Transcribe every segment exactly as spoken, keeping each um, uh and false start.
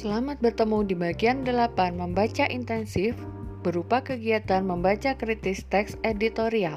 Selamat bertemu di bagian delapan membaca intensif berupa kegiatan membaca kritis teks editorial.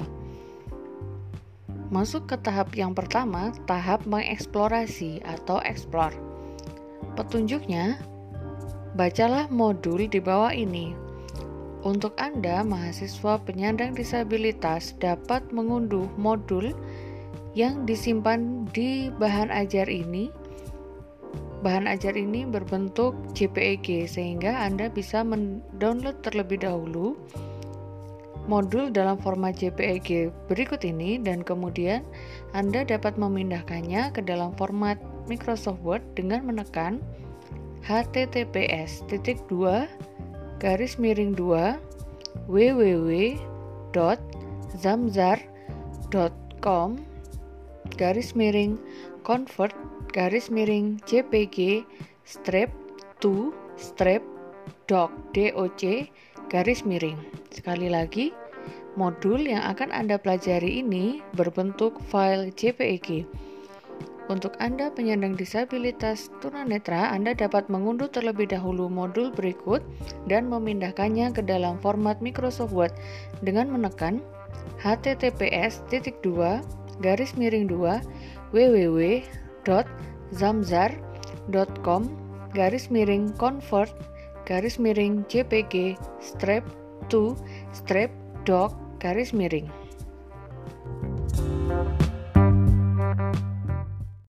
Masuk ke tahap yang pertama, tahap mengeksplorasi atau explore. Petunjuknya, bacalah modul di bawah ini. Untuk Anda, mahasiswa penyandang disabilitas dapat mengunduh modul yang disimpan di bahan ajar ini. Bahan ajar ini berbentuk J P E G sehingga Anda bisa mendownload terlebih dahulu modul dalam format J P E G berikut ini dan kemudian Anda dapat memindahkannya ke dalam format Microsoft Word dengan menekan h t t p s titik dua garis miring dua w w w dot zamzar dot com garis miring convert garis miring J P G strip to strip doc doc garis miring. Sekali lagi, modul yang akan Anda pelajari ini berbentuk file J P E G. Untuk Anda penyandang disabilitas tunanetra, Anda dapat mengunduh terlebih dahulu modul berikut dan memindahkannya ke dalam format Microsoft Word dengan menekan h t t p s titik dua garis miring dua w w w dot zamzar dot com garis miring convert garis miring J P G strip to strip doc garis miring.